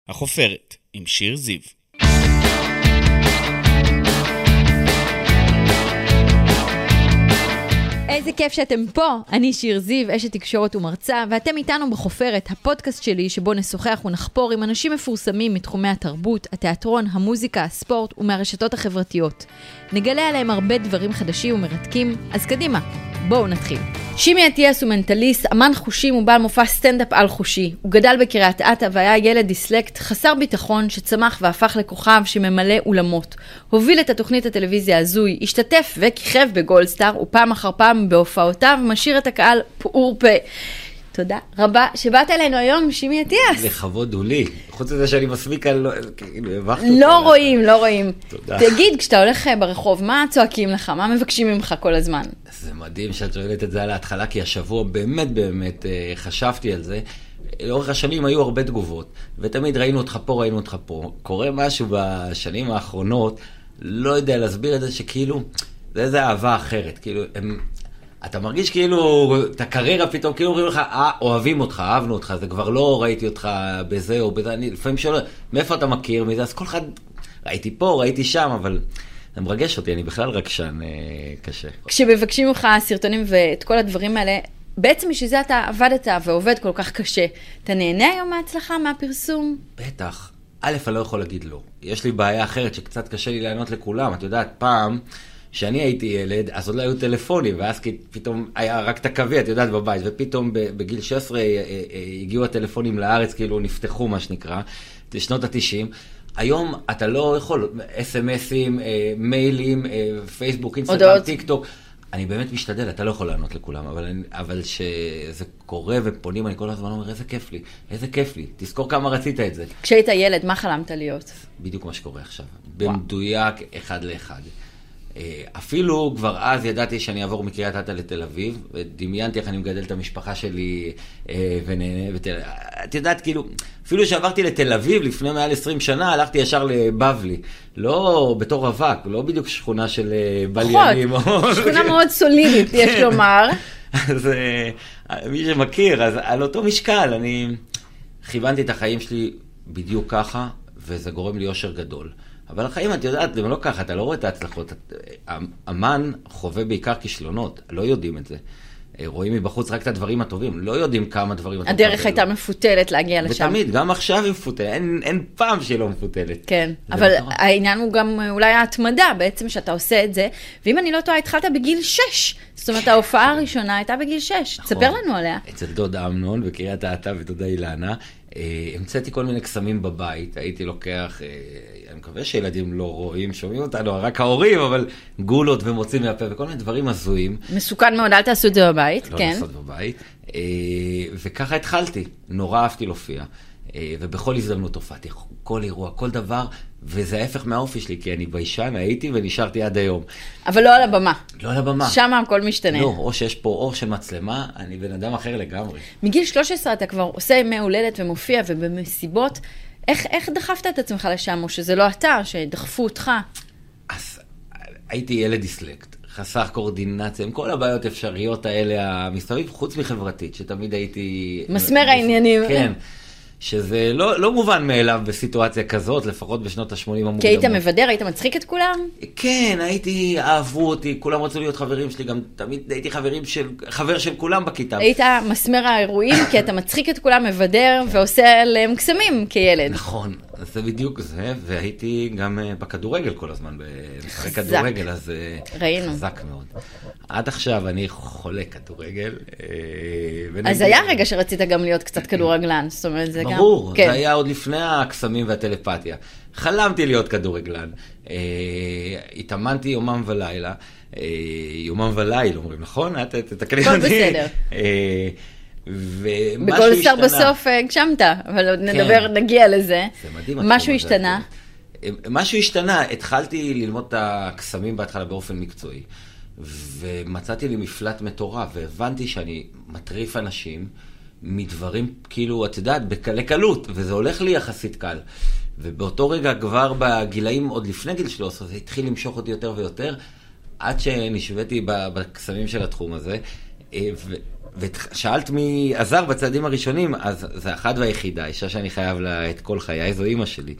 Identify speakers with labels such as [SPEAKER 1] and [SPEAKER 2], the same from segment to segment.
[SPEAKER 1] החופרת עם שיר זיו.
[SPEAKER 2] איזה כיף שאתם פה. אני שיר זיו, אשת תקשורת ומרצה, ואתם איתנו בחופרת, הפודקאסט שלי שבו נשוחח ונחפור עם אנשים מפורסמים מתחומי התרבות, התיאטרון, המוזיקה, הספורט ומהרשתות החברתיות. נגלה עליהם הרבה דברים חדשים ומרתקים, אז קדימה, בואו נתחיל. שימי אטיאס הוא מנטליסט, אמן חושים ובעל מופע סטנדאפ על חושי. הוא גדל בקריית אתא והיה ילד דיסלקט חסר ביטחון שצמח והפך לכוכב שממלא אולמות. הוביל את התוכנית הטלוויזיה הזוי, השתתף וכיכב בגולדסטאר, ופעם אחר פעם בהופעותיו משאיר את הקהל פעור פה. תודה רבה שבאת אלינו היום, שימי אטיאס.
[SPEAKER 3] לכבוד הוא לי. חוץ מזה שאני מסמיק על...
[SPEAKER 2] לא רואים, לא רואים.
[SPEAKER 3] תודה.
[SPEAKER 2] תגיד, כשאתה הולך ברחוב, מה צועקים לך? מה מבקשים ממך כל הזמן?
[SPEAKER 3] זה מדהים שאת שואלת את זה על ההתחלה, כי השבוע באמת חשבתי על זה. לאורך השנים היו הרבה תגובות, ותמיד ראינו אותך פה. קורה משהו בשנים האחרונות, לא יודע להסביר את זה, שכאילו, זה איזה אהבה אחרת. כאילו, אתה מרגיש כאילו, את הקריירה פתאום, כאילו אומרים לך, אוהבים אותך, אהבנו אותך, זה כבר לא ראיתי אותך בזה או בזה, אני לפעמים שואל, מאיפה אתה מכיר מזה? אז כל אחד, ראיתי פה, ראיתי שם, אבל זה מרגש אותי, אני בכלל רגשן קשה.
[SPEAKER 2] כשמבקשים לך סרטונים ואת כל הדברים האלה, בעצם משזה אתה עבדת ועובד כל כך קשה, אתה נהנה היום מההצלחה, מהפרסום?
[SPEAKER 3] בטח. א', אני לא יכול להגיד לא. יש לי בעיה אחרת שקצת קשה לי לענות לכולם. את יודעת, פעם, כשאני הייתי ילד, אז עוד לא היו טלפונים, ואז פתאום היה רק את הקווי, את יודעת, בבית, ופתאום בגיל 16 הגיעו הטלפונים לארץ, כאילו נפתחו, מה שנקרא, שנות ה-90. היום אתה לא יכול, אס-אמסים, מיילים, פייסבוק, אינסטגרם, טיק טוק. אני באמת משתדל, אתה לא יכול לענות לכולם, אבל שזה קורה ופונים, אני כל הזמן אומר, איזה כיף לי, תזכור כמה רצית את זה.
[SPEAKER 2] כשהיית ילד, מה חלמת להיות?
[SPEAKER 3] בדיוק מה שקורה עכשיו, במדויק אחד לאחד. אפילו כבר אז ידעתי שאני אעבור מקריית אתא לתל אביב, ודמיינתי איך אני מגדל את המשפחה שלי ונהנה. את יודעת, כאילו, אפילו שעברתי לתל אביב לפני מעל 20 שנה, הלכתי ישר לבבלי. לא בתור אבק, לא בדיוק שכונה של בליינים.
[SPEAKER 2] שכונה מאוד סולידית, יש לומר.
[SPEAKER 3] אז מי שמכיר, אז על אותו משקל, אני כיוונתי את החיים שלי בדיוק ככה, וזה גורם לי אושר גדול. אבל החיים, את יודעת, זה לא ככה, אתה לא רואה את ההצלחות. אמן חווה בעיקר כישלונות, לא יודעים את זה. רואים מבחוץ רק את הדברים הטובים, לא יודעים כמה דברים...
[SPEAKER 2] הדרך הייתה מפותלת להגיע לשם.
[SPEAKER 3] ותמיד, גם עכשיו היא מפותלת, אין פעם שהיא לא מפותלת.
[SPEAKER 2] כן, אבל העניין הוא גם אולי ההתמדה בעצם שאתה עושה את זה, ואם אני לא טועה, התחלת בגיל 6. זאת אומרת, ההופעה הראשונה הייתה בגיל 6. תספר לנו עליה.
[SPEAKER 3] אצל דוד אמנון וקריית אתא ודודה אילנה, המצאתי כל מיני קסמים בבית, הייתי לוקח, אני מקווה שילדים לא רואים, שומעים אותנו, רק ההורים, אבל גולות ומוצאים מהפה וכל מיני דברים הזויים.
[SPEAKER 2] מסוכן מאוד, אל תעשו את זה בבית,
[SPEAKER 3] לא
[SPEAKER 2] כן.
[SPEAKER 3] לעשות בבית. וככה התחלתי, נורא אהבתי להופיע, ובכל הזדמנות הופעתי, כל אירוע, כל דבר, וזה ההפך מהאופי שלי, כי אני ביישן, הייתי ונשארתי עד היום.
[SPEAKER 2] אבל לא על הבמה.
[SPEAKER 3] לא על הבמה.
[SPEAKER 2] שם הכל משתנה.
[SPEAKER 3] לא, או שיש פה אור של מצלמה, אני בן אדם אחר לגמרי.
[SPEAKER 2] מגיל 13 אתה כבר עושה ימי הולדת ומופיע ובמסיבות. איך דחפת את עצמך לשם, או שזה לא אתה, שדחפו אותך?
[SPEAKER 3] אז הייתי ילד דיסלקט, חסך קורדינציה, עם כל הבעיות אפשריות האלה המסתובב, חוץ מחברתית, שתמיד הייתי...
[SPEAKER 2] מסמר העניינים.
[SPEAKER 3] כן. שזה לא מובן מאליו בסיטואציה כזאת, לפחות בשנות ה-80 המוקדמות.
[SPEAKER 2] כי היית מבדר, היית מצחיק את כולם?
[SPEAKER 3] כן, אהבו אותי, כולם רצו להיות חברים שלי, גם תמיד הייתי חבר של כולם בכיתה.
[SPEAKER 2] היית מסמר האירועים, כי אתה מצחיק את כולם, מבדר, ועושה עליהם קסמים כילד.
[SPEAKER 3] נכון, זה בדיוק זה, והייתי גם בכדורגל כל הזמן, במשחק כדורגל, אז חזק מאוד. עד עכשיו אני חולה כדורגל.
[SPEAKER 2] אז היה רגע שרצית גם להיות קצת כדורגלן, זאת אומרת, זה גם...
[SPEAKER 3] ברור, זה היה עוד לפני הקסמים והטלפתיה. חלמתי להיות כדורגלן. התאמנתי יומם ולילה. יומם וליל, אומרים, נכון? תתקני אותי.
[SPEAKER 2] הכל בסדר. בכל שר בסוף הגשמת, אבל עוד נגיע לזה.
[SPEAKER 3] זה מדהים.
[SPEAKER 2] משהו השתנה?
[SPEAKER 3] משהו השתנה. התחלתי ללמוד את הקסמים בהתחלה באופן מקצועי. ומצאתי לי מפלט מטורף, והבנתי שאני מטריף אנשים מדברים, כאילו, את יודעת, לקלות, וזה הולך לי יחסית קל. ובאותו רגע, כבר בגילאים, עוד לפני גיל 13, זה התחיל למשוך אותי יותר ויותר, עד שנשוויתי בקסמים של התחום הזה, ושאלת מי עזר בצעדים הראשונים, אז זה אחת והיחידה, אישה שאני חייב לה את כל חיי, זו אמא שלי,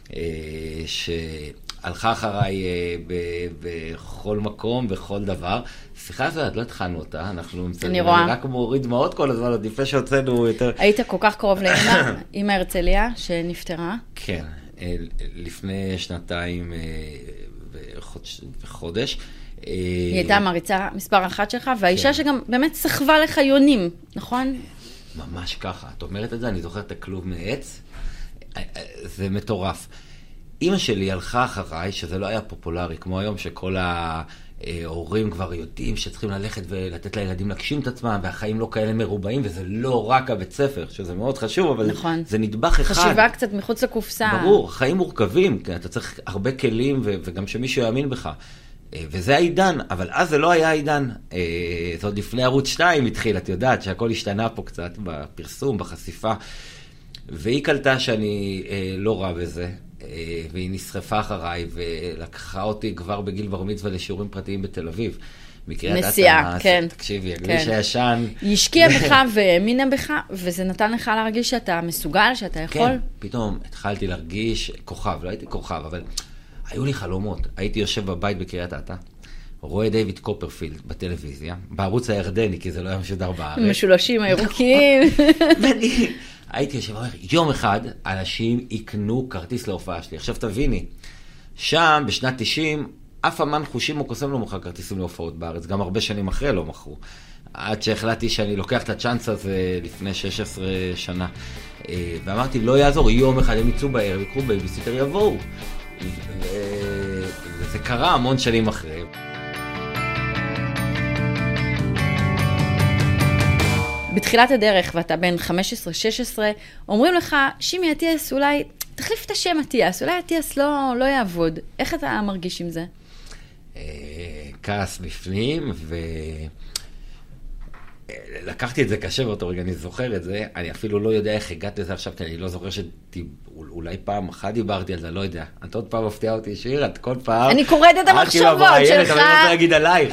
[SPEAKER 3] שהלכה אחריי בכל מקום, בכל דבר. שיחה הזאת, לא התחלנו אותה, אני רק מוריד דמעות כל הזמן, עוד לפני שהוצאנו יותר...
[SPEAKER 2] היית כל כך קרוב לאמא, אמא הרצליה, שנפטרה?
[SPEAKER 3] כן, לפני שנתיים וחודש.
[SPEAKER 2] היא הייתה המריצה מספר אחת שלך, והאישה שגם באמת סחבה לך יונים, נכון?
[SPEAKER 3] ממש ככה. את אומרת את זה, אני זוכר את הכלוב מעץ, זה מטורף. אמא שלי הלכה אחריי, שזה לא היה פופולרי, כמו היום שכל ההורים כבר יודעים שצריכים ללכת ולתת לילדים להגשים את עצמם, והחיים לא כאלה מרובעים, וזה לא רק הבית ספר, שזה מאוד חשוב, אבל
[SPEAKER 2] נכון.
[SPEAKER 3] זה נדבך אחד.
[SPEAKER 2] חשיבה קצת מחוץ לקופסה.
[SPEAKER 3] ברור, חיים מורכבים, אתה צריך הרבה כלים, וגם שמישהו יאמין בך. וזה העידן, אבל אז זה לא היה העידן. זה עוד לפני ערוץ 2 התחיל, את יודעת שהכל השתנה פה קצת בפרסום, בחשיפה. והיא קלטה שאני לא רע בזה, והיא אחריי, ולקחה אותי כבר בגיל בר מצווה לשיעורים פרטיים בתל אביב.
[SPEAKER 2] נסיעה, כן.
[SPEAKER 3] תקשיבי, הגליש הישן.
[SPEAKER 2] היא השקיעה בך והאמינה בך, וזה נתן לך להרגיש שאתה מסוגל, שאתה יכול?
[SPEAKER 3] כן, פתאום התחלתי להרגיש כוכב, לא הייתי כוכב, אבל היו לי חלומות. הייתי יושב בבית בקריית אתא, רואה דיוויד קופרפילד בטלוויזיה, בערוץ הירדני, כי זה לא היה משודר בארץ.
[SPEAKER 2] משולשים הירוקים.
[SPEAKER 3] ואני הייתי יושב, יום אחד אנשים יקנו כרטיס להופעה שלי. עכשיו תביני, שם בשנת 90, אף אמן חושים או קוסם לא מוכר כרטיסים להופעות בארץ, גם הרבה שנים אחרי לא מכרו. עד שהחלטתי שאני לוקח את הצ'אנס הזה לפני 16 שנה. ואמרתי, לא יעזור, יום אחד הם יצאו בערב, יקחו בייביסיטר, יבואו. וזה קרה המון שנים אחרי.
[SPEAKER 2] בתחילת הדרך, ואתה בן 15-16, אומרים לך, שימי אטיאס, אולי תחליף את השם אטיאס, אולי אטיאס לא יעבוד. איך אתה מרגיש עם זה?
[SPEAKER 3] כעס בפנים, לקחתי את זה קשה באותו רגע, אני זוכר את זה, אני אפילו לא יודע איך הגעת לזה עכשיו, כי אני לא זוכר אולי פעם אחת דיברתי על זה, לא יודע. את עוד פעם מפתיעה אותי, שיר, את כל פעם...
[SPEAKER 2] אני קוראת את המחשבות שלך.
[SPEAKER 3] אבל אני רוצה להגיד עלייך,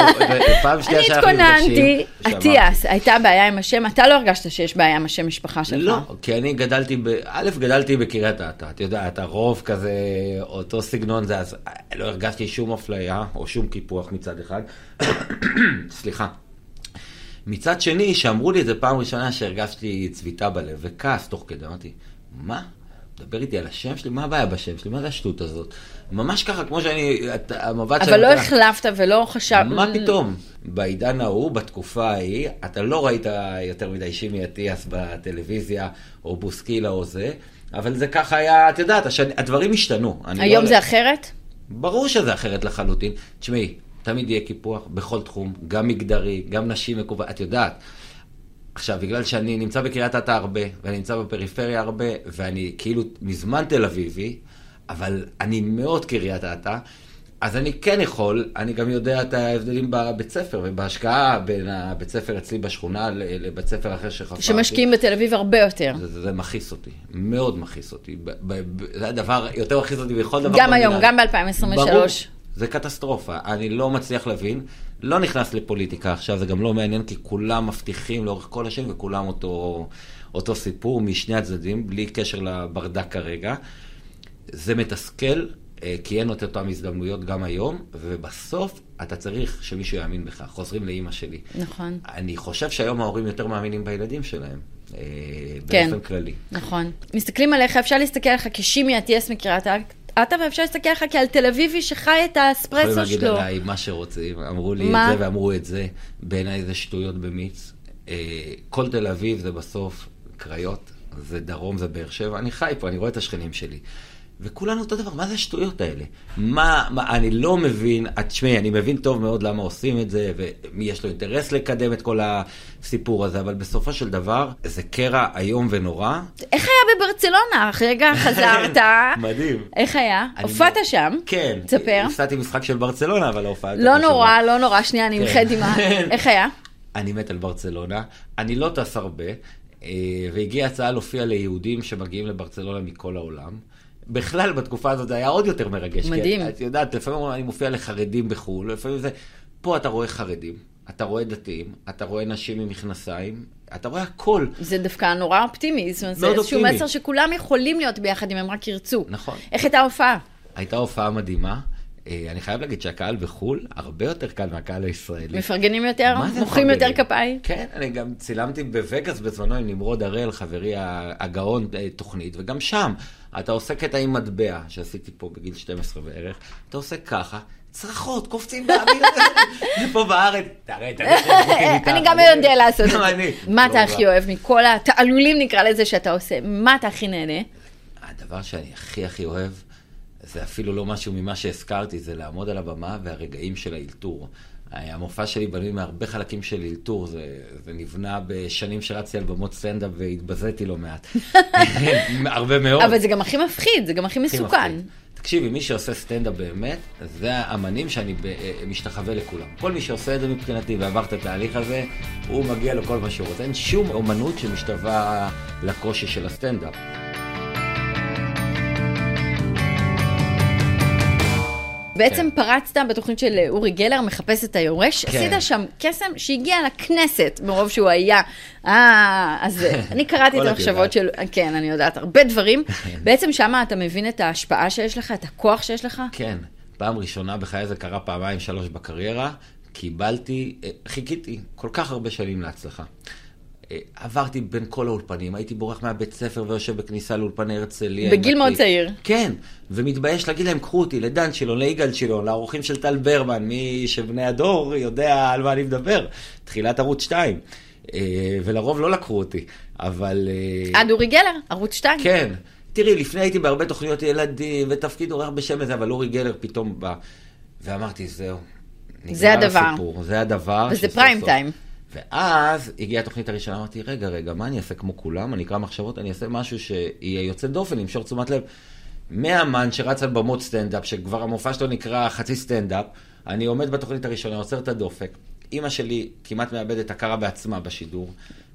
[SPEAKER 3] פעם שנייה שאנחנו
[SPEAKER 2] נפגשים. אני התכוננתי, אטיאס, הייתה בעיה עם השם, אתה לא הרגשת שיש בעיה עם השם משפחה שלך?
[SPEAKER 3] לא, כי אני גדלתי בקריית אתא, את יודעת, הרוב כזה, אותו סגנון זה, אז לא הרגשתי שום אפליה, או שום קיפוח מצד אחד. סליחה. מצד שני, שאמרו לי את זה פעם ראשונה שהרגשתי צביטה בלב, וכעס תוך כדי, אמרתי, מה? דבר איתי על השם שלי? מה הבעיה בשם שלי? מה זה השטות הזאת? ממש ככה, כמו שאני, המבט
[SPEAKER 2] אבל לא החלפת ולא חשב...
[SPEAKER 3] מה פתאום? בעידן ההוא, בתקופה ההיא, אתה לא ראית יותר מדי שימי אטיאס בטלוויזיה, או בוסקילה או זה, אבל זה ככה היה, את יודעת, הדברים השתנו.
[SPEAKER 2] היום זה אחרת?
[SPEAKER 3] ברור שזה אחרת לחלוטין. תשמעי, תמיד יהיה קיפוח בכל תחום, גם מגדרי, גם נשים מקובל, את יודעת. עכשיו, בגלל שאני נמצא בקריית אתא הרבה, ואני נמצא בפריפריה הרבה, ואני כאילו מזמן תל אביבי, אבל אני מאוד קריית אתא, אז אני כן יכול, אני גם יודע את ההבדלים בבית ספר, ובהשקעה בין הבית ספר אצלי בשכונה לבית ספר אחר שחפרתי.
[SPEAKER 2] שמשקיעים בתל אביב הרבה יותר.
[SPEAKER 3] זה מכיס אותי, מאוד מכיס אותי. זה הדבר, יותר מכיס אותי בכל דבר.
[SPEAKER 2] גם היום, גם ב-2023.
[SPEAKER 3] ברור. זה קטסטרופה, אני לא מצליח להבין, לא נכנס לפוליטיקה עכשיו, זה גם לא מעניין, כי כולם מבטיחים לאורך כל השם, וכולם אותו סיפור משני הצדדים, בלי קשר לברדק כרגע. זה מתסכל, כי אין את אותם הזדמנויות גם היום, ובסוף אתה צריך שמישהו יאמין בך. חוזרים לאמא שלי.
[SPEAKER 2] נכון.
[SPEAKER 3] אני חושב שהיום ההורים יותר מאמינים בילדים שלהם,
[SPEAKER 2] כן,
[SPEAKER 3] באופן כללי.
[SPEAKER 2] נכון. מסתכלים עליך, אפשר להסתכל עליך כשימי אטיאס מקריית אתא, ואפשר להסתכל עליך כעל תל אביבי שחי את האספרסו שלו.
[SPEAKER 3] יכולים להגיד עליי מה שרוצים, אמרו לי את זה ואמרו את זה, בעיניי זה שטויות במיץ. כל תל אביב זה בסוף קריות, זה דרום, זה באר שבע, אני חי פה, אני רואה את השכנים שלי. וכולנו אותו דבר, מה זה השטויות האלה? אני לא מבין, תשמעי, אני מבין טוב מאוד למה עושים את זה, ומי יש לו אינטרס לקדם את כל הסיפור הזה, אבל בסופו של דבר, זה קרע איום ונורא. איך
[SPEAKER 2] היה בברצלונה? רגע, חזרת.
[SPEAKER 3] מדהים.
[SPEAKER 2] איך היה? הופעת שם?
[SPEAKER 3] כן.
[SPEAKER 2] תספר.
[SPEAKER 3] הפסעתי משחק של ברצלונה, אבל הופעת...
[SPEAKER 2] לא נורא, לא נורא, שנייה, אני אמחד עם ה... איך היה?
[SPEAKER 3] אני מת על ברצלונה, אני לא טס הרבה, והגיעה הצעה להופיע ליהודים שמגיעים לברצלונה מכל העולם. בכלל, בתקופה הזאת זה היה עוד יותר מרגש.
[SPEAKER 2] מדהים.
[SPEAKER 3] את יודעת, לפעמים אני מופיע לחרדים בחו"ל, לפעמים זה, פה אתה רואה חרדים, אתה רואה דתיים, אתה רואה נשים עם מכנסיים, אתה רואה הכל.
[SPEAKER 2] זה דווקא נורא אופטימי, זאת אומרת, זה איזשהו מסר שכולם יכולים להיות ביחד אם הם רק ירצו.
[SPEAKER 3] נכון.
[SPEAKER 2] איך הייתה ההופעה?
[SPEAKER 3] הייתה הופעה מדהימה. אני חייב להגיד שהקהל בחול הרבה יותר קל מהקהל הישראלי.
[SPEAKER 2] מפרגנים יותר? מוחאים יותר כפיים?
[SPEAKER 3] כן, אני גם צילמתי בווגאס בזמנו עם נמרוד הראל, חברי הגאון תוכנית, וגם שם אתה עושה קטע עם מטבע, שעשיתי פה בגיל 12 בערך, אתה עושה ככה, צרחות, קופצים באוויר, פה בארץ,
[SPEAKER 2] אני גם יודע לעשות את זה. מה אתה הכי אוהב מכל התעלולים נקרא לזה שאתה עושה? מה אתה הכי נהנה?
[SPEAKER 3] הדבר שאני הכי אוהב, זה אפילו לא משהו ממה שהזכרתי, זה לעמוד על הבמה והרגעים של האלתור. המופע שלי בנוי מהרבה חלקים של אלתור, זה נבנה בשנים שרצתי על במות סטנדאפ והתבזיתי לא מעט. הרבה מאוד.
[SPEAKER 2] אבל זה גם הכי מפחיד, זה גם הכי מסוכן.
[SPEAKER 3] תקשיבי, מי שעושה סטנדאפ באמת, זה האמנים שאני משתחווה לכולם. כל מי שעושה את זה מבחינתי ועבר את התהליך הזה, הוא מגיע לכל מה שהוא רוצה. אין שום אומנות שמשתווה לקושי של הסטנדאפ.
[SPEAKER 2] בעצם פרצת בתוכנית של אורי גלר, מחפש את היורש. עשית שם קסם שהגיע לכנסת מרוב שהוא היה. אז אני קראתי את המחשבות של... כן, אני יודעת, הרבה דברים. בעצם שם אתה מבין את ההשפעה שיש לך, את הכוח שיש לך?
[SPEAKER 3] כן. פעם ראשונה בחיי זה קרה 2-3 בקריירה. חיכיתי כל כך הרבה שנים להצלחה. עברתי בין כל האולפנים, הייתי בורח מהבית ספר ויושב בכניסה לאולפני הרצליה.
[SPEAKER 2] בגיל מאוד צעיר.
[SPEAKER 3] כן, ומתבייש להגיד להם, קחו אותי לדן שלו, ליגאל שלו, לאורחים של טל ברמן, מי שבני הדור יודע על מה אני מדבר. תחילת ערוץ 2. ולרוב לא לקחו אותי, אבל...
[SPEAKER 2] עד אורי גלר, ערוץ 2.
[SPEAKER 3] כן. תראי, לפני הייתי בהרבה תוכניות ילדים, ותפקיד אורח בשם הזה, אבל אורי גלר פתאום בא, ואמרתי, זהו.
[SPEAKER 2] זה הדבר.
[SPEAKER 3] זה הדבר.
[SPEAKER 2] וזה פריים טיים.
[SPEAKER 3] ואז הגיעה התוכנית הראשונה, אמרתי, רגע, מה אני אעשה כמו כולם? אני אקרא מחשבות, אני אעשה משהו שיהיה יוצא דופן, ימשוך תשומת לב. מהאמן שרץ על במות סטנדאפ, שכבר המופע שלו נקרא חצי סטנדאפ, אני עומד בתוכנית הראשונה, עוצר את הדופק. אמא שלי כמעט מאבדת הכרה בעצמה בשידור.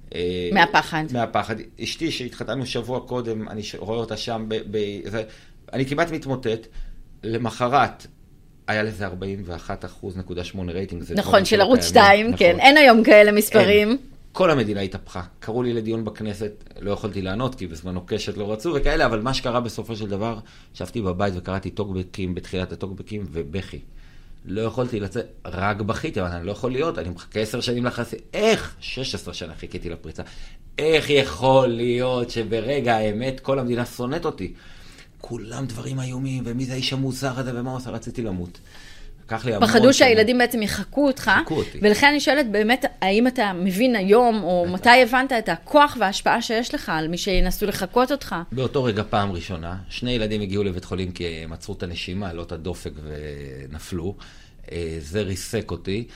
[SPEAKER 2] מהפחד.
[SPEAKER 3] אשתי שהתחתנו שבוע קודם, אני רואה אותה שם, אני כמעט מתמוטט. למחרת, היה לזה 41.8% רייטינג.
[SPEAKER 2] נכון, של ערוץ 2, כן. אין היום כאלה מספרים.
[SPEAKER 3] כל המדינה התהפכה. קראו לי לדיון בכנסת, לא יכולתי לענות, כי בזמנו קשת לא רצו וכאלה, אבל מה שקרה בסופו של דבר, ישבתי בבית וקראתי טוקבקים, בתחילת הטוקבקים, ובכי. לא יכולתי לצאת, רק בכיתי, אבל אני לא יכול להיות, אני מחכה 10 שנים לחסי. איך? 16 שנה חיכיתי לפריצה. איך יכול להיות שברגע האמת כל המדינה שונאת אותי? כולם דברים איומים, ומי זה האיש המוזר הזה, ומה עושה? רציתי למות.
[SPEAKER 2] פחדו שהילדים בעצם יחכו אותך, ולכן אני שואלת באמת, האם אתה מבין היום, או מתי הבנת את הכוח וההשפעה שיש לך על מי שינסו לחכות אותך?
[SPEAKER 3] באותו רגע פעם ראשונה, 2 ילדים הגיעו לבית חולים כי הם עצרו את הנשימה, לא את הדופק ונפלו. זה ריסק אותי.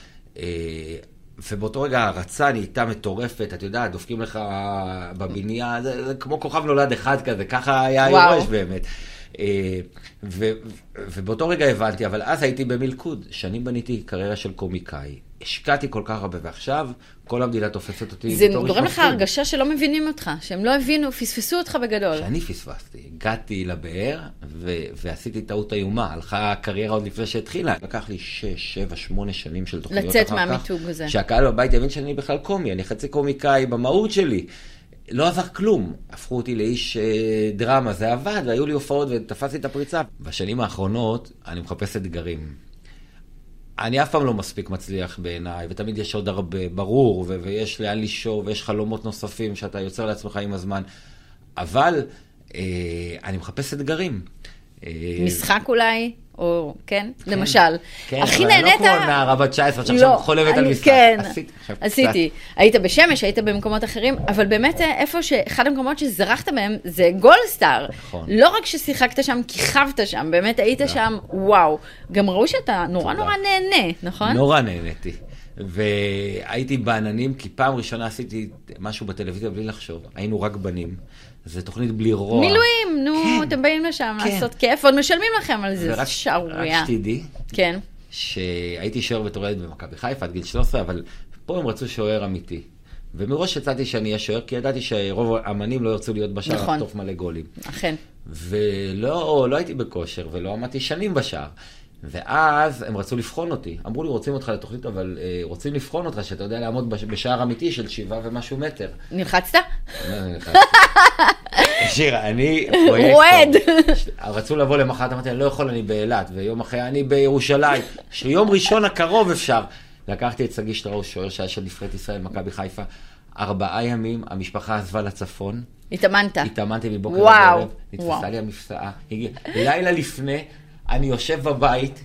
[SPEAKER 3] ובאותו רגע הרצה נהייתה מטורפת, את יודעת, דופקים לך בבנייה, זה כמו כוכב נולד אחד כזה, ככה היה היורש באמת. ובאותו רגע הבנתי, אבל אז הייתי במלכוד, שנים בניתי קריירה של קומיקאי, השקעתי כל כך הרבה, ועכשיו כל המדינה תופסת אותי.
[SPEAKER 2] זה גורם לך הרגשה שלא מבינים אותך, שהם לא הבינו, פספסו אותך בגדול.
[SPEAKER 3] שאני פספסתי, הגעתי לבאר ועשיתי טעות איומה, הלכה הקריירה עוד לפני שהתחילה. לקח לי 6, 7, 8 שנים של תוכניות אחר כך.
[SPEAKER 2] לצאת מהמיתוג הזה.
[SPEAKER 3] שהקהל בבית יבין שאני בכלל קומי, אני חצי קומיקאי במהות שלי. לא עזר כלום, הפכו אותי לאיש דרמה, זה עבד, והיו לי הופעות ותפסתי את הפריצה. בשנים האחרונות אני מחפש אתגרים. אני אף פעם לא מספיק מצליח בעיניי, ותמיד יש עוד הרבה, ברור, ויש לאן לישור, ויש חלומות נוספים שאתה יוצר לעצמך עם הזמן. אבל אני מחפש אתגרים.
[SPEAKER 2] משחק אולי? או, כן? למשל.
[SPEAKER 3] כן, אבל אני לא כמו נערה בת 19, שעכשיו חולבת על משחק.
[SPEAKER 2] כן, עשיתי. היית בשמש, היית במקומות אחרים, אבל באמת איפה שאחד המקומות שזרחת בהם זה גולדסטאר. לא רק ששיחקת שם, כיכבת שם, באמת היית שם, וואו. גם ראו שאתה נורא נהנה, נכון?
[SPEAKER 3] נורא נהניתי. והייתי בעננים, כי פעם ראשונה עשיתי משהו בטלוויזיה בלי לחשוב. היינו רק בנים. זה תוכנית בלי רוע.
[SPEAKER 2] מילואים, נו, אתם באים לשם לעשות כיף, עוד משלמים לכם על זה, זה שערוריה.
[SPEAKER 3] רק שתדעי,
[SPEAKER 2] כן.
[SPEAKER 3] שהייתי שוער בתור ילד במכבי חיפה עד גיל 13, אבל פה הם רצו שוער אמיתי. ומראש יצאתי שאני אהיה שוער, כי ידעתי שרוב האמנים לא ירצו להיות בשער, לחטוף מלא גולים.
[SPEAKER 2] אכן.
[SPEAKER 3] ולא הייתי בכושר, ולא עמדתי שנים בשער. ואז הם רצו לבחון אותי. אמרו לי, רוצים אותך לתוכנית, אבל רוצים לבחון אותך, שאתה יודע לעמוד בשער אמיתי של 7 ומשהו מטר.
[SPEAKER 2] נלחצת?
[SPEAKER 3] שירה, אני
[SPEAKER 2] רועד.
[SPEAKER 3] רצו לבוא למחרת, אמרתי, אני לא יכול, אני באילת, ויום אחרי אני בירושלים. שיום ראשון הקרוב אפשר. לקחתי את סגי שטראוס, שוער שהיה של נבחרת ישראל, מכבי חיפה. 4 ימים, המשפחה עזבה לצפון. התאמנתי מבוקר לערב. נתפסה לי המפסעה. לילה לפני, אני יושב בבית,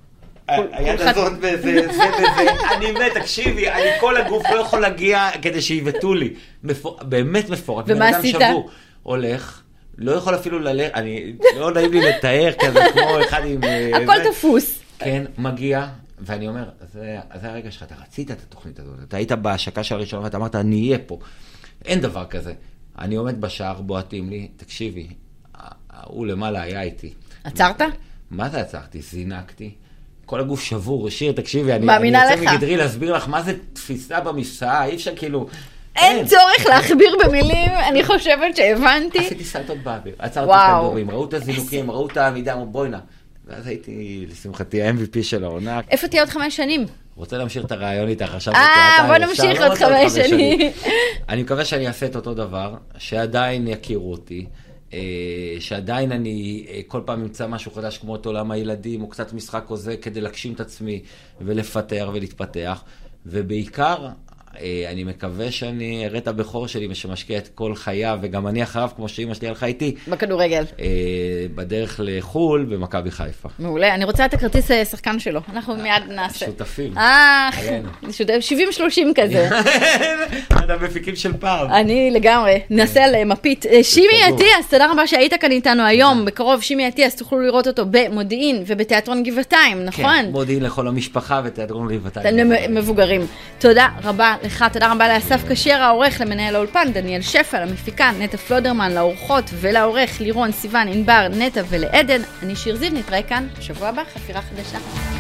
[SPEAKER 3] היד הזאת וזה, אני מת, תקשיבי, אני כל הגוף לא יכול להגיע כדי שיבטו לי. באמת מפורט.
[SPEAKER 2] ומה עשית?
[SPEAKER 3] הולך, לא יכול אפילו ללך, לא נעים לי לתאר כזה, כמו אחד עם...
[SPEAKER 2] הכל תפוס.
[SPEAKER 3] כן, מגיע, ואני אומר, זה הרגע שלך, אתה רצית את התוכנית הזאת, אתה היית בהשקה של הראשון, ואתה אמרת, אני אהיה פה. אין דבר כזה. אני עומד בשער, בועטים לי, תקשיבי, הוא למעלה היה איתי.
[SPEAKER 2] עצרת?
[SPEAKER 3] מה זה עצרתי? זינקתי. כל הגוף שבור, שיר, תקשיבי, אני
[SPEAKER 2] יוצא
[SPEAKER 3] מגדרי להסביר לך מה זה תפיסה במפסעה, אי אפשר כאילו...
[SPEAKER 2] אין צורך להכביר במילים, אני חושבת שהבנתי.
[SPEAKER 3] עשיתי סלטות באוויר, עצרתי כדורים, ראו את הזינוקים, ראו את העמידה, אמרו בואי נא. ואז הייתי, לשמחתי, ה-MVP של העונה.
[SPEAKER 2] איפה תהיה עוד 5 שנים?
[SPEAKER 3] רוצה להמשיך את הרעיון איתך, עכשיו
[SPEAKER 2] בוא נמשיך עוד 5 שנים.
[SPEAKER 3] אני מקווה שאני אעשה את אותו דבר, שעדיין יכירו אותי, שעדיין אני כל פעם אמצא משהו חדש כמו את עולם הילדים, או קצת משחק או זה, כדי להגשים את עצמי ולפתח ולהתפתח, ובעיקר אני מקווה שאני אראה את הבכור שלי שמשקיע את כל חייו, וגם אני אחריו, כמו שאמא שלי הלכה איתי.
[SPEAKER 2] בכדורגל.
[SPEAKER 3] בדרך לחול במכבי חיפה.
[SPEAKER 2] מעולה. אני רוצה את הכרטיס שחקן שלו. אנחנו מיד נעשה.
[SPEAKER 3] שותפים.
[SPEAKER 2] 70-30 כזה.
[SPEAKER 3] אתה מפיקים של פעם.
[SPEAKER 2] אני לגמרי. נעשה על מפית. שימי אטיאס, תודה רבה שהיית כאן איתנו היום. בקרוב שימי אטיאס, תוכלו לראות אותו במודיעין ובתיאטרון גבעתיים, נכון?
[SPEAKER 3] כן, מודיעין לכל המשפחה ותיאטרון גבעתיים.
[SPEAKER 2] מבוגרים. תודה רבה לך, תודה רבה לאסף כשר העורך, למנהל האולפן, דניאל שפע, למפיקה, נטע פלודרמן, לאורחות ולעורך, לירון, סיוון, ענבר, נטע ולעדן. אני שיר זיו, נתראה כאן בשבוע הבא, חפירה חדשה.